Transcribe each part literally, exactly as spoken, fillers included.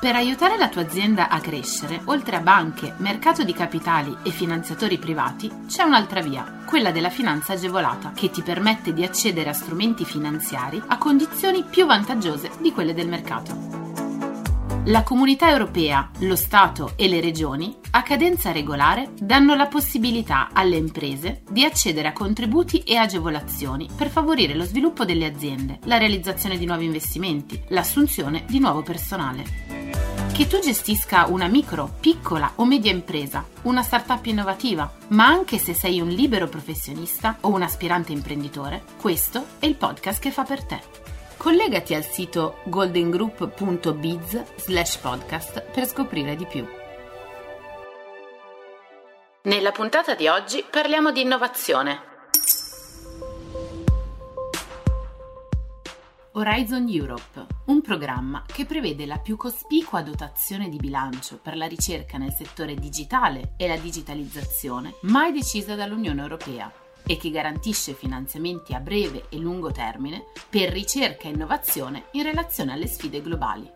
Per aiutare la tua azienda a crescere, oltre a banche, mercato di capitali e finanziatori privati, c'è un'altra via, quella della finanza agevolata, che ti permette di accedere a strumenti finanziari a condizioni più vantaggiose di quelle del mercato. La Comunità Europea, lo Stato e le Regioni, a cadenza regolare, danno la possibilità alle imprese di accedere a contributi e agevolazioni per favorire lo sviluppo delle aziende, la realizzazione di nuovi investimenti, l'assunzione di nuovo personale. Che tu gestisca una micro, piccola o media impresa, una startup innovativa, ma anche se sei un libero professionista o un aspirante imprenditore, questo è il podcast che fa per te. Collegati al sito goldengroup punto biz slash podcast per scoprire di più. Nella puntata di oggi parliamo di innovazione. Horizon Europe, un programma che prevede la più cospicua dotazione di bilancio per la ricerca nel settore digitale e la digitalizzazione mai decisa dall'Unione Europea e che garantisce finanziamenti a breve e lungo termine per ricerca e innovazione in relazione alle sfide globali.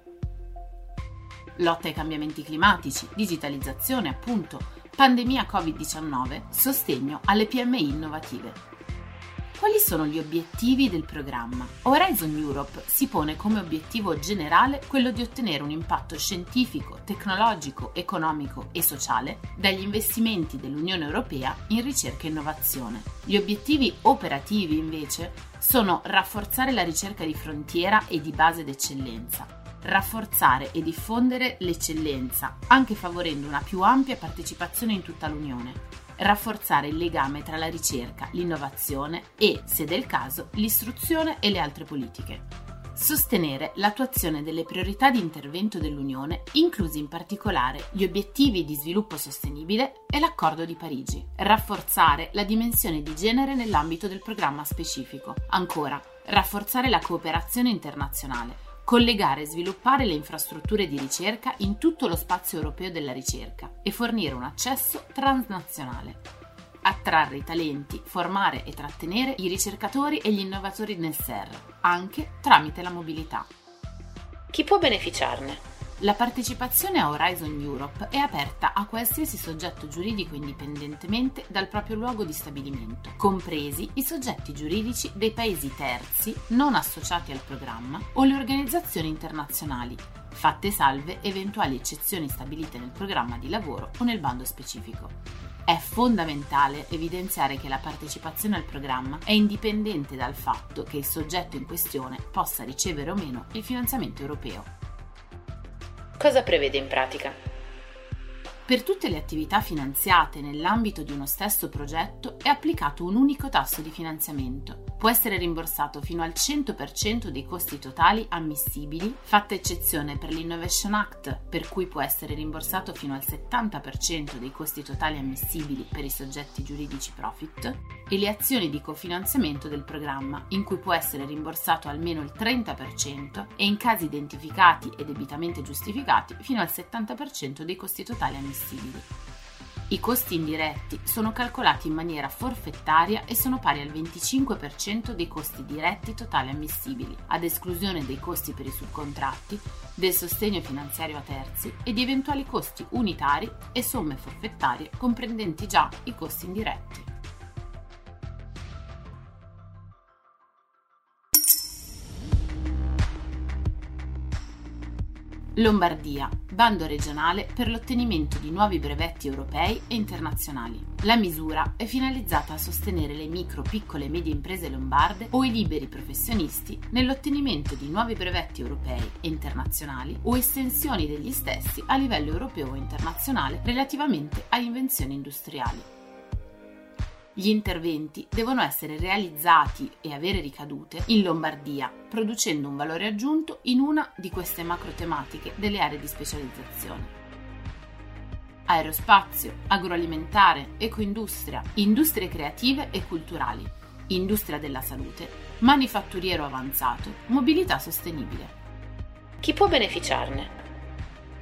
Lotta ai cambiamenti climatici, digitalizzazione appunto, pandemia covid diciannove, sostegno alle P M I innovative. Quali sono gli obiettivi del programma? Horizon Europe si pone come obiettivo generale quello di ottenere un impatto scientifico, tecnologico, economico e sociale dagli investimenti dell'Unione Europea in ricerca e innovazione. Gli obiettivi operativi, invece, sono rafforzare la ricerca di frontiera e di base d'eccellenza, rafforzare e diffondere l'eccellenza, anche favorendo una più ampia partecipazione in tutta l'Unione, rafforzare il legame tra la ricerca, l'innovazione e, se del caso, l'istruzione e le altre politiche. Sostenere l'attuazione delle priorità di intervento dell'Unione, inclusi in particolare gli obiettivi di sviluppo sostenibile e l'Accordo di Parigi. Rafforzare la dimensione di genere nell'ambito del programma specifico. Ancora, rafforzare la cooperazione internazionale. Collegare e sviluppare le infrastrutture di ricerca in tutto lo spazio europeo della ricerca e fornire un accesso transnazionale. Attrarre i talenti, formare e trattenere i ricercatori e gli innovatori nel S E R, anche tramite la mobilità. Chi può beneficiarne? La partecipazione a Horizon Europe è aperta a qualsiasi soggetto giuridico indipendentemente dal proprio luogo di stabilimento, compresi i soggetti giuridici dei paesi terzi non associati al programma o le organizzazioni internazionali, fatte salve eventuali eccezioni stabilite nel programma di lavoro o nel bando specifico. È fondamentale evidenziare che la partecipazione al programma è indipendente dal fatto che il soggetto in questione possa ricevere o meno il finanziamento europeo. Cosa prevede in pratica? Per tutte le attività finanziate nell'ambito di uno stesso progetto è applicato un unico tasso di finanziamento. Può essere rimborsato fino al cento per cento dei costi totali ammissibili, fatta eccezione per l'Innovation Act, per cui può essere rimborsato fino al settanta per cento dei costi totali ammissibili per i soggetti giuridici profit, e le azioni di cofinanziamento del programma, in cui può essere rimborsato almeno il trenta per cento e in casi identificati e debitamente giustificati fino al settanta per cento dei costi totali ammissibili. I costi indiretti sono calcolati in maniera forfettaria e sono pari al venticinque per cento dei costi diretti totali ammissibili, ad esclusione dei costi per i subcontratti, del sostegno finanziario a terzi e di eventuali costi unitari e somme forfettarie comprendenti già i costi indiretti. Lombardia, bando regionale per l'ottenimento di nuovi brevetti europei e internazionali. La misura è finalizzata a sostenere le micro, piccole e medie imprese lombarde o i liberi professionisti nell'ottenimento di nuovi brevetti europei e internazionali o estensioni degli stessi a livello europeo o internazionale relativamente a invenzioni industriali. Gli interventi devono essere realizzati e avere ricadute in Lombardia, producendo un valore aggiunto in una di queste macro tematiche delle aree di specializzazione. Aerospazio, agroalimentare, ecoindustria, industrie creative e culturali, industria della salute, manifatturiero avanzato, mobilità sostenibile. Chi può beneficiarne?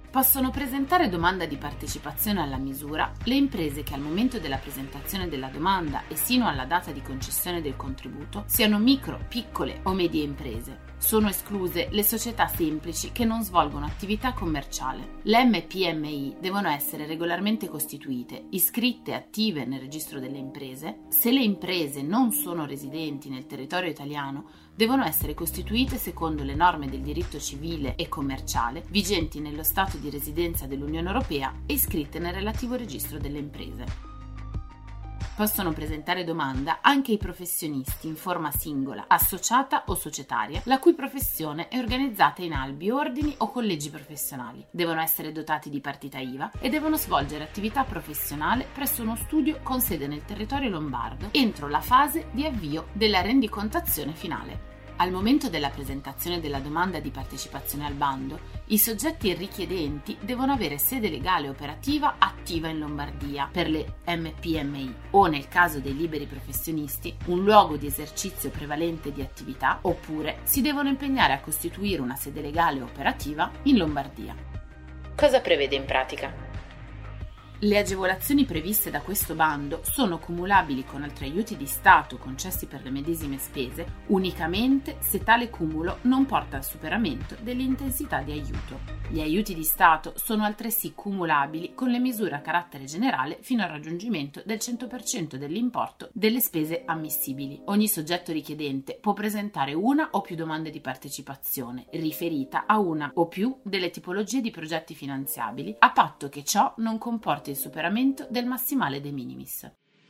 Possono presentare domanda di partecipazione alla misura le imprese che al momento della presentazione della domanda e sino alla data di concessione del contributo siano micro, piccole o medie imprese. Sono escluse le società semplici che non svolgono attività commerciale. Le emme pi emme i devono essere regolarmente costituite, iscritte e attive nel registro delle imprese. Se le imprese non sono residenti nel territorio italiano, devono essere costituite secondo le norme del diritto civile e commerciale vigenti nello Stato di residenza dell'Unione Europea e iscritte nel relativo registro delle imprese. Possono presentare domanda anche i professionisti in forma singola, associata o societaria, la cui professione è organizzata in albi, ordini o collegi professionali. Devono essere dotati di partita I V A e devono svolgere attività professionale presso uno studio con sede nel territorio lombardo entro la fase di avvio della rendicontazione finale. Al momento della presentazione della domanda di partecipazione al bando, i soggetti richiedenti devono avere sede legale operativa attiva in Lombardia per le emme pi emme i o, nel caso dei liberi professionisti, un luogo di esercizio prevalente di attività, oppure si devono impegnare a costituire una sede legale operativa in Lombardia. Cosa prevede in pratica? Le agevolazioni previste da questo bando sono cumulabili con altri aiuti di Stato concessi per le medesime spese unicamente se tale cumulo non porta al superamento dell'intensità di aiuto. Gli aiuti di Stato sono altresì cumulabili con le misure a carattere generale fino al raggiungimento del cento per cento dell'importo delle spese ammissibili. Ogni soggetto richiedente può presentare una o più domande di partecipazione riferita a una o più delle tipologie di progetti finanziabili, a patto che ciò non comporti il superamento del massimale de minimis.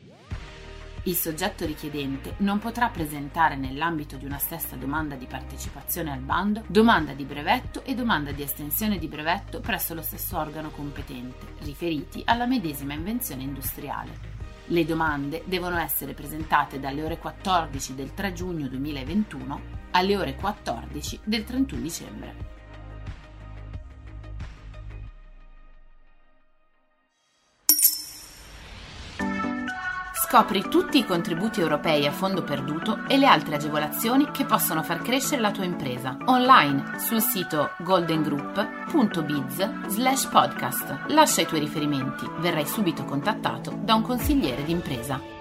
Il soggetto richiedente non potrà presentare nell'ambito di una stessa domanda di partecipazione al bando domanda di brevetto e domanda di estensione di brevetto presso lo stesso organo competente, riferiti alla medesima invenzione industriale. Le domande devono essere presentate dalle ore quattordici del tre giugno duemilaventuno alle ore quattordici del trentuno dicembre. Scopri tutti i contributi europei a fondo perduto e le altre agevolazioni che possono far crescere la tua impresa online sul sito goldengroup punto biz slash podcast. Lascia i tuoi riferimenti, verrai subito contattato da un consigliere d'impresa.